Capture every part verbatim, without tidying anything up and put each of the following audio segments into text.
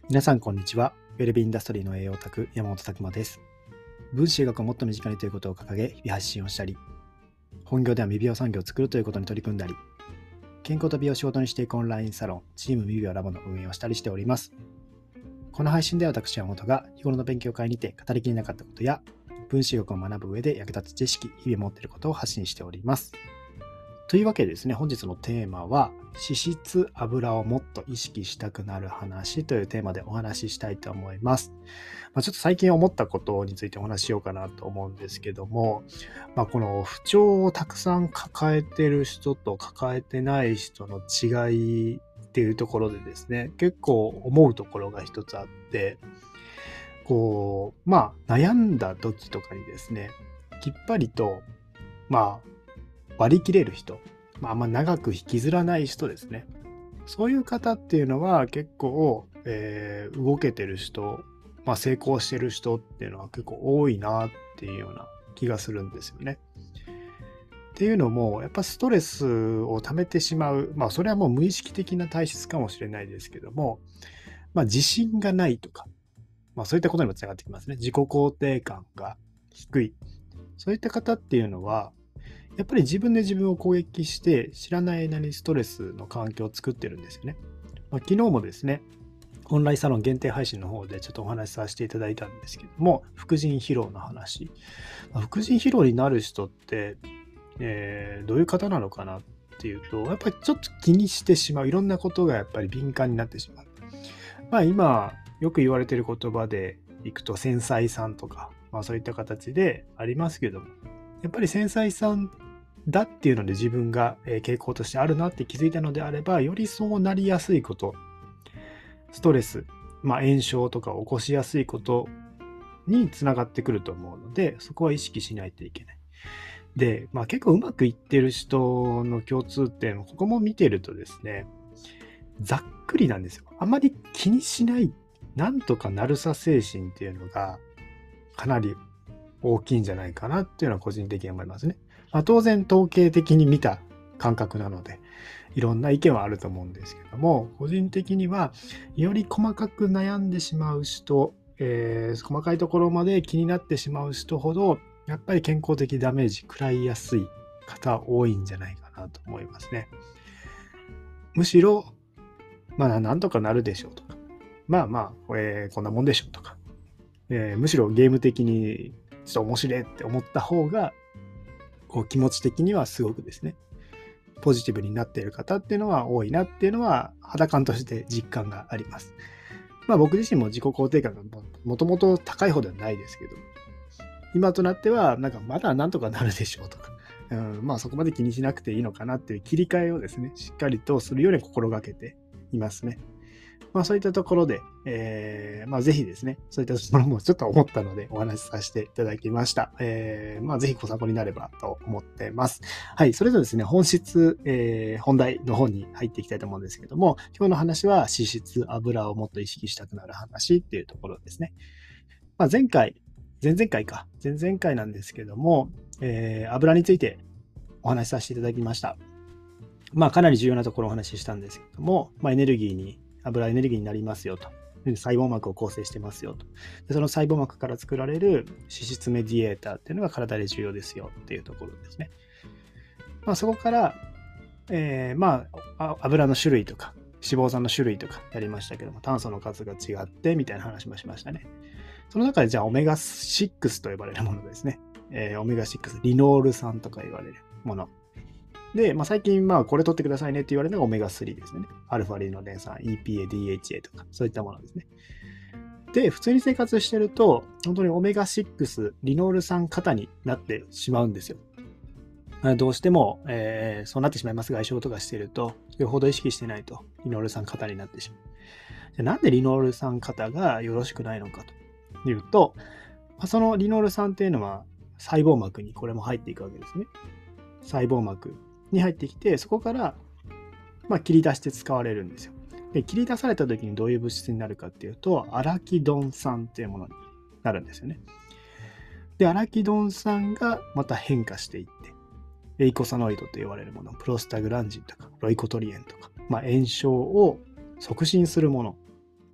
皆さんこんにちは。ウェルビーインダストリーの栄養オタク山本拓馬です。分子医学をもっと身近にということを掲げ、日々発信をしたり、本業では未美容産業を作るということに取り組んだり、健康と美容を仕事にしていくオンラインサロン、チーム未美容ラボの運営をしたりしております。この配信では私山本が日頃の勉強会にて語りきれなかったことや、分子医学を学ぶ上で役立つ知識、日々持っていることを発信しております。というわけでですね、本日のテーマは、脂質、油をもっと意識したくなる話というテーマでお話ししたいと思います。まあ、ちょっと最近思ったことについてお話ししようかなと思うんですけども、まあ、この不調をたくさん抱えてる人と抱えてない人の違いっていうところでですね、結構思うところが一つあって、こう、まあ悩んだ時とかにですね、きっぱりと、まあ割り切れる人、まあ、あんま長く引きずらない人ですね。そういう方っていうのは結構、えー動けてる人、まあ、成功してる人っていうのは結構多いなっていうような気がするんですよね。っていうのも、やっぱストレスを溜めてしまう、まあそれはもう無意識的な体質かもしれないですけども、まあ自信がないとか、まあそういったことにもつながってきますね。自己肯定感が低い。そういった方っていうのは、やっぱり自分で自分を攻撃して知らない間にストレスの環境を作ってるんですよね。まあ、昨日もですね、オンラインサロン限定配信の方でちょっとお話しさせていただいたんですけども、副腎疲労の話。まあ、副腎疲労になる人って、えーどういう方なのかなっていうと、やっぱりちょっと気にしてしまう。いろんなことがやっぱり敏感になってしまう。まあ今、よく言われている言葉でいくと繊細さんとか、まあそういった形でありますけども、やっぱり繊細さんだっていうので自分がえー傾向としてあるなって気づいたのであれば、よりそうなりやすいこと、ストレス、まあ、炎症とかを起こしやすいことにつながってくると思うので、そこは意識しないといけない。で、まあ、結構うまくいってる人の共通点、ここも見てるとですね、ざっくりなんですよ。あまり気にしない、なんとかなるさ精神っていうのがかなり大きいんじゃないかなっていうのは個人的に思いますね。まあ、当然統計的に見た感覚なので、いろんな意見はあると思うんですけども、個人的にはより細かく悩んでしまう人、えー細かいところまで気になってしまう人ほど、やっぱり健康的ダメージ食らいやすい方多いんじゃないかなと思いますね。むしろ、まあなんとかなるでしょうとか、まあまあ、えーこんなもんでしょうとか、えーむしろゲーム的にちょっと面白いって思った方が、こう気持ち的にはすごくですね、ポジティブになっている方っていうのは多いなっていうのは肌感として実感があります。まあ僕自身も自己肯定感がもともと高い方ではないですけど、今となってはなんかまだなんとかなるでしょうとか、うん、まあそこまで気にしなくていいのかなっていう切り替えをですね、しっかりとするように心がけていますね。まあそういったところで、えー、まあぜひですね、そういったところもちょっと思ったのでお話しさせていただきました。えー、まあぜひご参考になればと思ってます。はい、それではですね、本質、えー、本題の方に入っていきたいと思うんですけども、今日の話は脂質、油をもっと意識したくなる話っていうところですね。まあ前回、前々回か、前々回なんですけども、えー、油についてお話しさせていただきました。まあかなり重要なところをお話ししたんですけども、まあエネルギーに、油エネルギーになりますよと。細胞膜を構成してますよと。でその細胞膜から作られる脂質メディエーターっていうのが体で重要ですよっていうところですね。まあそこから、えー、まあ油の種類とか脂肪酸の種類とかやりましたけども、炭素の数が違ってみたいな話もしましたね。その中でじゃあオメガろくと呼ばれるものですね。えー、オメガろく、リノール酸とか言われるもの。で、まあ、最近、まあ、これ取ってくださいねって言われるのがオメガスリーですね。アルファリノレン酸、イーピーエー、ディーエイチエー とか、そういったものですね。で、普通に生活してると、本当にオメガろく、リノール酸過多になってしまうんですよ。どうしても、えーそうなってしまいますが、外傷とかしていると、よほど意識してないと、リノール酸過多になってしまう。じゃあなんでリノール酸過多がよろしくないのかというと、まあそのリノール酸っていうのは細胞膜にこれも入っていくわけですね。細胞膜に入ってきて、そこから、まあ、切り出して使われるんですよ。で、切り出された時にどういう物質になるかっていうと、アラキドン酸っていうものになるんですよね。で、アラキドン酸がまた変化していって、レイコサノイドと言われるもの、プロスタグランジンとか、ロイコトリエンとか、まあ、炎症を促進するもの、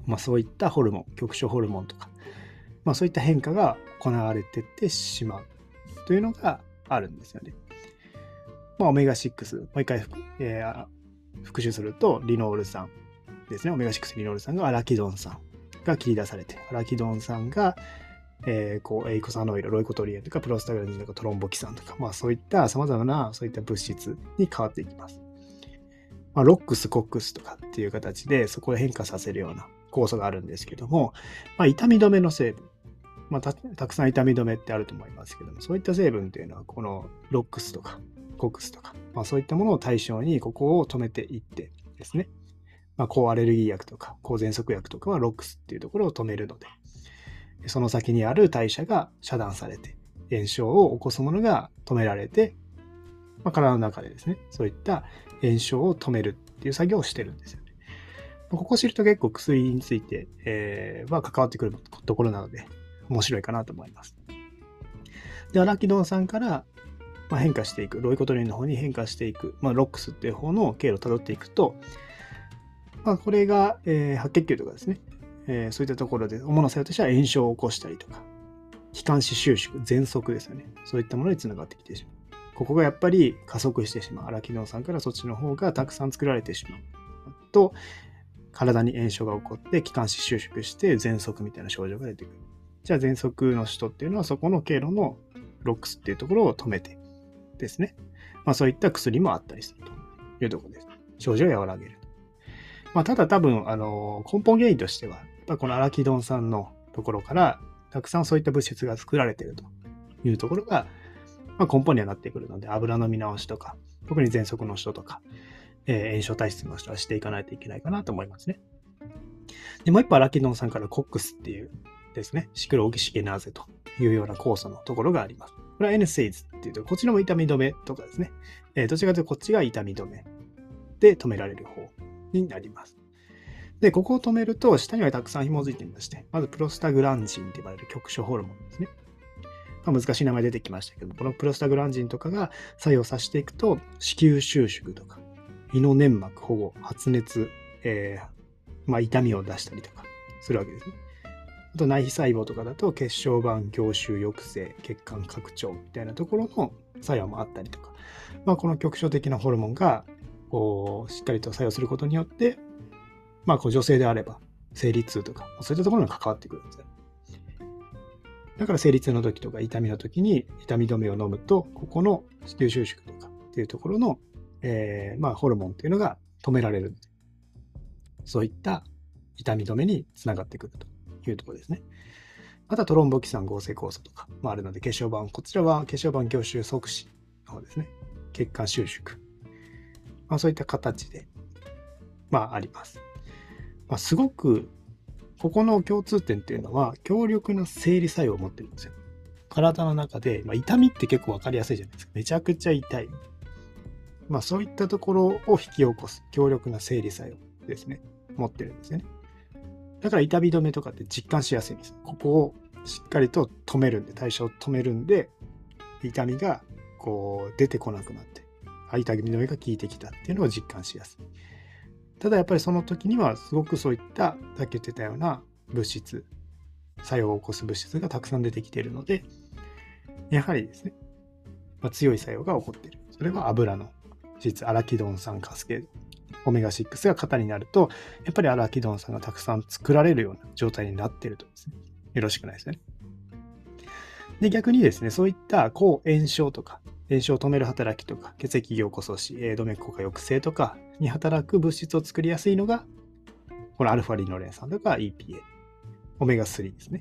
まあ、そういったホルモン、局所ホルモンとか、まあ、そういった変化が行われてってしまうというのがあるんですよね。まあ、オメガシックス、もう一回、えー、復習すると、リノール酸ですね。オメガシックスリノール酸がアラキドン酸が切り出されて、アラキドン酸が、えー、こうエイコサノイド、ロイコトリエンとかプロスタグランジンとかトロンボキサンとか、まあ、そういった様々なそういった物質に変わっていきます。まあ、ロックス、コックスとかっていう形でそこを変化させるような酵素があるんですけども、まあ、痛み止めの成分、まあ、た, たくさん痛み止めってあると思いますけども、そういった成分っていうのはこのロックスとかコックスとか、まあ、そういったものを対象にここを止めていってですね、まあ、抗アレルギー薬とか抗喘息薬とかはロックスっていうところを止めるので、その先にある代謝が遮断されて炎症を起こすものが止められて、まあ、体の中でですね、そういった炎症を止めるっていう作業をしてるんですよね。ここを知ると結構薬について、えー、は関わってくるところなので面白いかなと思います。で、アラキドン酸からまあ変化していく、ロイコトリエンの方に変化していく、まあ、ロックスっていう方の経路をたどっていくと、まあ、これが、えー、白血球とかですね、えー、そういったところで主な作用としては炎症を起こしたりとか、気管支収縮、喘息ですよね。そういったものにつながってきてしまう。ここがやっぱり加速してしまう。アラキドン酸からそっちの方がたくさん作られてしまうと、体に炎症が起こって気管支収縮して喘息みたいな症状が出てくる。じゃあ喘息の人っていうのはそこの経路のロックスっていうところを止めてですね。まあそういった薬もあったりするというところです。症状を和らげる。まあただ多分あの根本原因としては、やっぱこのアラキドン酸のところからたくさんそういった物質が作られているというところが、まあ、根本にはなってくるので、油の見直しとか、特に喘息の人とか、えー、炎症体質の人はしていかないといけないかなと思いますね。で、もう一歩アラキドン酸からコックスっていうですね、シクロオキシゲナーゼというような酵素のところがあります。これは エヌセイズ っていうと、こっちらも痛み止めとかですね。えー、どちらかというとこっちが痛み止めで止められる方になります。で、ここを止めると、下にはたくさん紐づいていまして、まずプロスタグランジンと呼ばれる局所ホルモンですね。まあ、難しい名前出てきましたけど、このプロスタグランジンとかが作用させていくと、子宮収縮とか、胃の粘膜保護、発熱、えーまあ、痛みを出したりとかするわけですね。あと内皮細胞とかだと血小板凝集抑制、血管拡張みたいなところの作用もあったりとか、まあ、この局所的なホルモンがこうしっかりと作用することによって、まあ、こう女性であれば生理痛とかそういったところに関わってくるんですよ。だから生理痛の時とか痛みの時に痛み止めを飲むと、ここの子宮収縮とかっていうところの、えーまあ、ホルモンっていうのが止められる。そういった痛み止めにつながってくるというところですね。またトロンボキサン合成酵素とかもあるので、血小板、こちらは血小板凝集促進の方ですね。血管収縮。まあ、そういった形で、まあ、あります。まあ、すごくここの共通点っていうのは強力な生理作用を持ってるんですよ。体の中で、まあ、痛みって結構わかりやすいじゃないですか。めちゃくちゃ痛い。まあそういったところを引き起こす強力な生理作用ですね。持ってるんですよね。だから痛み止めとかって実感しやすいんです。ここをしっかりと止めるんで、代謝を止めるんで、痛みがこう出てこなくなって、痛み止めが効いてきたっていうのを実感しやすい。ただやっぱりその時にはすごくそういったさっき言ってたような物質、作用を起こす物質がたくさん出てきているので、やはりですね、まあ、強い作用が起こっている。それは油の質、アラキドン酸カスケード、オメガシックスが型になると、やっぱりアラキドン酸がたくさん作られるような状態になっているとですね、よろしくないですよね。で、逆にですね、そういった抗炎症とか、炎症を止める働きとか、血液凝固阻止、動脈硬化抑制とかに働く物質を作りやすいのが、このアルファリノレン酸とか イーピーエー、オメガスリーですね。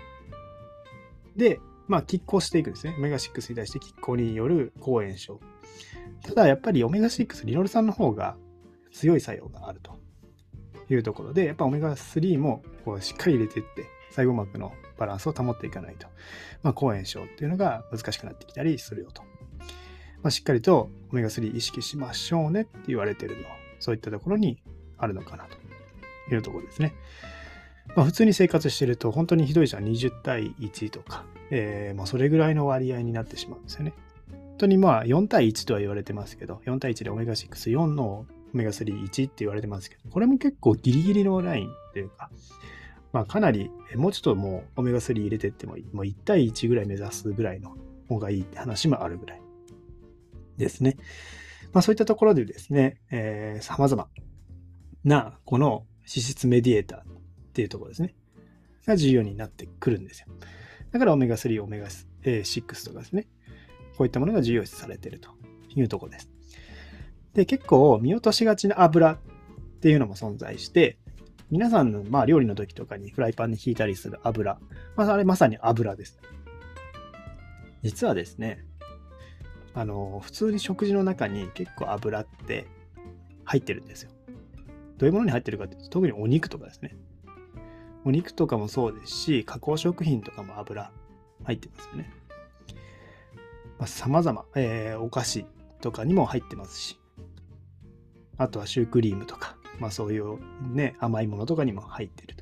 で、まあ、拮抗していくんですね。オメガシックスに対して拮抗による抗炎症。ただ、やっぱりオメガシックス、リノール酸の方が強い作用があるというところで、やっぱオメガスリーもこうしっかり入れていって、細胞膜のバランスを保っていかないと、まあ、抗炎症っていうのが難しくなってきたりするよと。まあ、しっかりとオメガスリー意識しましょうねって言われているのは、そういったところにあるのかなというところですね。まあ、普通に生活していると本当にひどいじゃん、にじゅう対いちとか、えー、まあそれぐらいの割合になってしまうんですよね。本当にまあよん対いちとは言われてますけど、よん対いちでオメガろく、よんのオメガスリーいちって言われてますけど、これも結構ギリギリのラインというか、まあかなり、もうちょっともうオメガスリー入れてってもいい、もういち対いちぐらい目指すぐらいの方がいいって話もあるぐらいですね。まあそういったところでですね、えー、様々なこの脂質メディエーターっていうところですね、が重要になってくるんですよ。だからオメガスリー、オメガシックスとかですね、こういったものが重要視されているというところです。で、結構見落としがちな油っていうのも存在して、皆さんのまあ料理の時とかにフライパンに引いたりする油、まあ、あれまさに油です。実はですね、あの、普通に食事の中に結構油って入ってるんですよ。どういうものに入ってるかっていうと、特にお肉とかですね。お肉とかもそうですし、加工食品とかも油入ってますよね。まあ、様々、えー、お菓子とかにも入ってますし、あとはシュークリームとか、まあそういうね、甘いものとかにも入ってると。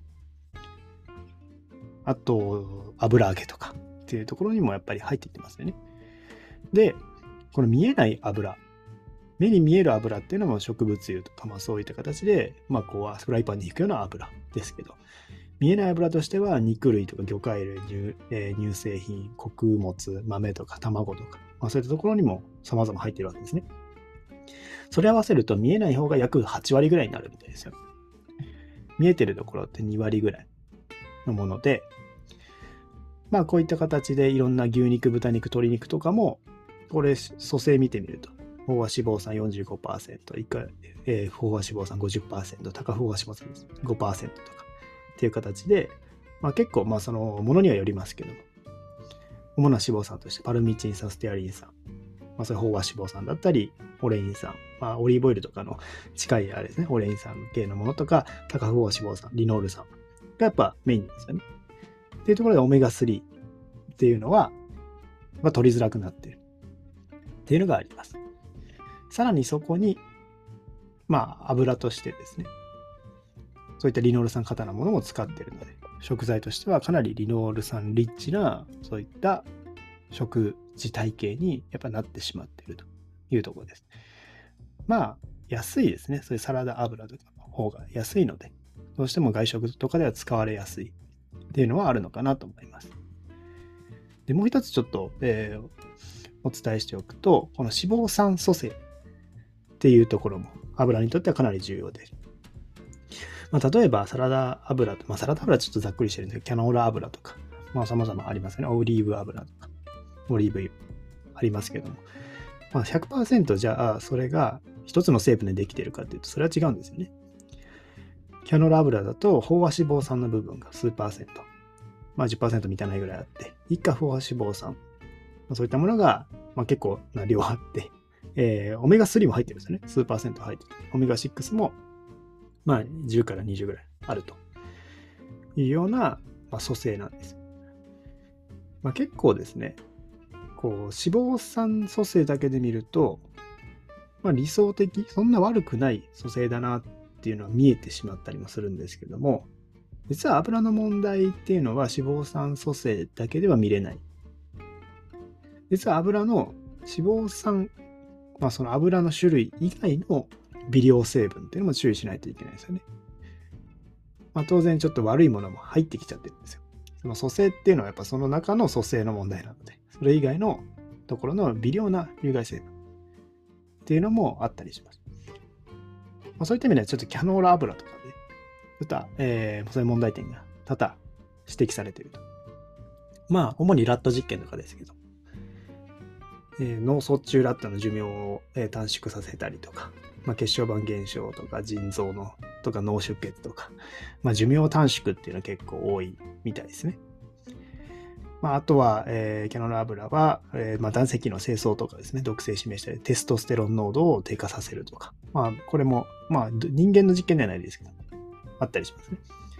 あと、油揚げとかっていうところにもやっぱり入っていってますよね。で、この見えない油、目に見える油っていうのも植物油とか、まあそういった形で、まあこうフライパンに引くような油ですけど、見えない油としては肉類とか魚介類、乳、えー、乳製品、穀物、豆とか卵とか、まあ、そういったところにも様々入っているわけですね。それ合わせると見えない方が約はち割ぐらいになるみたいですよ。見えてるところってに割ぐらいのもので、まあこういった形でいろんな牛肉、豚肉、鶏肉とかも、これ組成見てみると、飽和脂肪酸 よんじゅうごパーセント、以下、えー、飽和脂肪酸 ごじゅっパーセント、高飽和脂肪酸 ごパーセントとかっていう形で、まあ結構まあそのものにはよりますけども、主な脂肪酸としてパルミチン酸、ステアリン酸、まあそれ飽和脂肪酸だったり、オレイン酸、まあオリーブオイルとかの近いあれですね、オレイン酸系のものとか、高飽和脂肪酸、リノール酸がやっぱメインですよね。っていうところでオメガスリーっていうのは、まあ、取りづらくなっているっていうのがあります。さらにそこに、まあ油としてですね、そういったリノール酸過多なものも使っているので、食材としてはかなりリノール酸リッチなそういった食事体系にやっぱなってしまっているというところです。まあ安いですね。そういうサラダ油とかの方が安いので、どうしても外食とかでは使われやすいっていうのはあるのかなと思います。で、もう一つちょっと、えー、お伝えしておくと、この脂肪酸組成っていうところも油にとってはかなり重要です。まあ、例えばサラダ油、まあ、サラダ油はちょっとざっくりしてるんですけど、キャノーラ油とか、まあ様々ありますね。オリーブ油とか、オリーブ油ありますけども、まあ、ひゃくパーセント じゃあそれが一つの成分でできているかというと、それは違うんですよね。キャノーラ油だと飽和脂肪酸の部分が数パーセント、まあ じゅっパーセント 満たないぐらいあって、以下飽和脂肪酸、まあ、そういったものが、まあ、結構な量あって、えー、オメガスリーも入ってるんですよね。数パーセント入ってる。オメガシックスもまあじゅうからにじゅうぐらいあるというような、まあ、組成なんです。まあ、結構ですね、こう脂肪酸組成だけで見ると、まあ、理想的、そんな悪くない組成だなっていうのは見えてしまったりもするんですけども、実は油の問題っていうのは脂肪酸組成だけでは見れない。実は油の脂肪酸、まあその油の種類以外の微量成分っていうのも注意しないといけないですよね。まあ当然ちょっと悪いものも入ってきちゃってるんですよ。その組成っていうのはやっぱその中の組成の問題なので、それ以外のところの微量な有害成分っていうのもあったりします。まあ、そういった意味ではちょっとキャノーラ油とかで、そういった、えー、そういう問題点が多々指摘されていると。まあ主にラット実験とかですけど、えー、脳卒中ラットの寿命を、えー、短縮させたりとか、まあ、血小板減少とか腎臓のとか脳出血とか、まあ、寿命短縮っていうのは結構多いみたいですね。まあ、あとは、えー、キャノーラ油は、えーまあ、胆石の清掃とかですね、毒性示したり、テストステロン濃度を低下させるとか、まあ、これも、まあ、人間の実験ではないですけど、あったりしますね。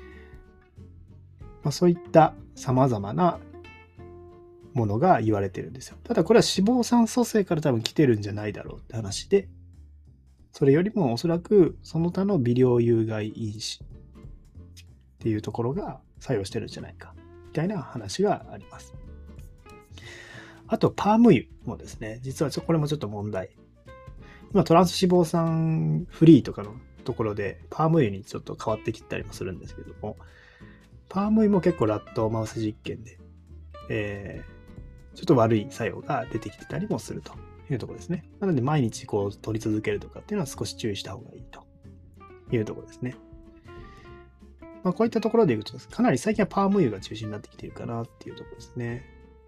まあ、そういった様々なものが言われてるんですよ。ただこれは脂肪酸組成から多分来てるんじゃないだろうって話で、それよりもおそらくその他の微量有害因子っていうところが作用してるんじゃないかみたいな話があります。あとパーム油もですね、実はこれもちょっと問題。 まあ、トランス脂肪酸フリーとかのところでパーム油にちょっと変わってきたりもするんですけども、パーム油も結構ラットマウス実験で、えー、ちょっと悪い作用が出てきてたりもするというところですね。なので毎日こう取り続けるとかっていうのは少し注意した方がいいというところですね。まあ、こういったところで言うと、かなり最近はパーム油が中心になってきているかなっていうところですね。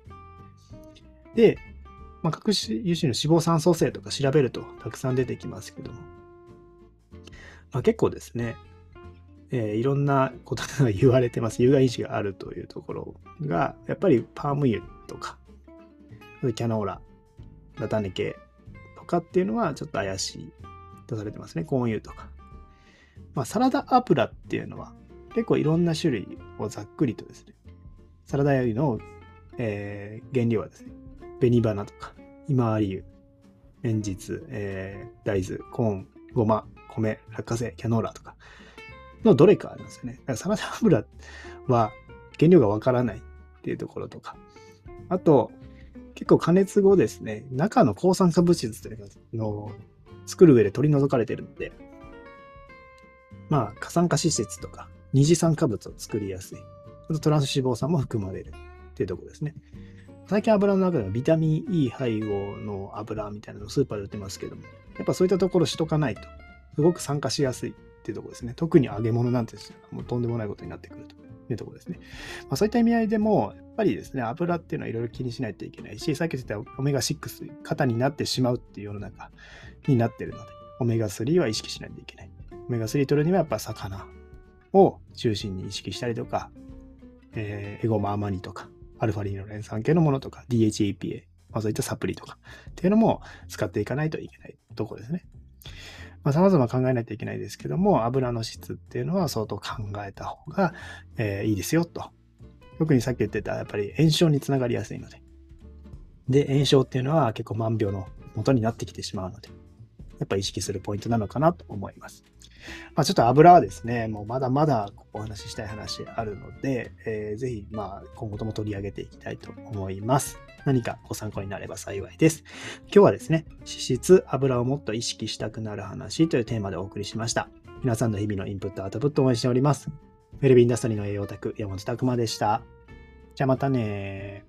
で、まあ、各種油脂の脂肪酸組成とか調べるとたくさん出てきますけども、まあ、結構ですね、えー、いろんなことが言われてます。有害因子があるというところが、やっぱりパーム油とか、キャノーラ、菜種系とかっていうのはちょっと怪しいとされてますね。コーン油とか。まあ、サラダ油っていうのは結構いろんな種類をざっくりとですね、サラダ油の、えー、原料はですね、紅花とか、ひまわり油、綿実、えー、大豆、コーン、ごま、米、落花生、キャノーラとかのどれかなんですよね。だからサラダ油は原料がわからないっていうところとか、あと、結構加熱後ですね、中の抗酸化物質というのを作る上で取り除かれているので、まあ、過酸化脂質とか二次酸化物を作りやすい。あとトランス脂肪酸も含まれるっていうところですね。最近油の中でもビタミン E 配合の油みたいなのをスーパーで売ってますけども、やっぱそういったところしとかないと、すごく酸化しやすいっていうところですね。特に揚げ物なんてですね、もうとんでもないことになってくるというところですね。まあ、そういった意味合いでも、やっぱりですね、油っていうのはいろいろ気にしないといけないし、さっき言ったオメガシックス、肩になってしまうっていう世の中になっているので、オメガスリーは意識しないといけない。オメガスリー取るにはやっぱ魚を中心に意識したりとか、えー、エゴマアマニとか、アルファリノレン酸系のものとか、ディーエイチイーピーエー、まあ、そういったサプリとかっていうのも使っていかないといけないところですね。まあ、様々考えないといけないですけども、油の質っていうのは相当考えた方が、えー、いいですよと。特にさっき言ってた、やっぱり炎症につながりやすいので。で、炎症っていうのは結構万病の元になってきてしまうので、やっぱり意識するポイントなのかなと思います。まあ、ちょっと油はですね、もうまだまだお話ししたい話あるので、えー、ぜひまあ今後とも取り上げていきたいと思います。何かご参考になれば幸いです。今日はですね、脂質、油をもっと意識したくなる話というテーマでお送りしました。皆さんの日々のインプット、アウトプットを応援しております。ウェルビーインダストリーの栄養オタク、山本拓馬でした。じゃあまたね。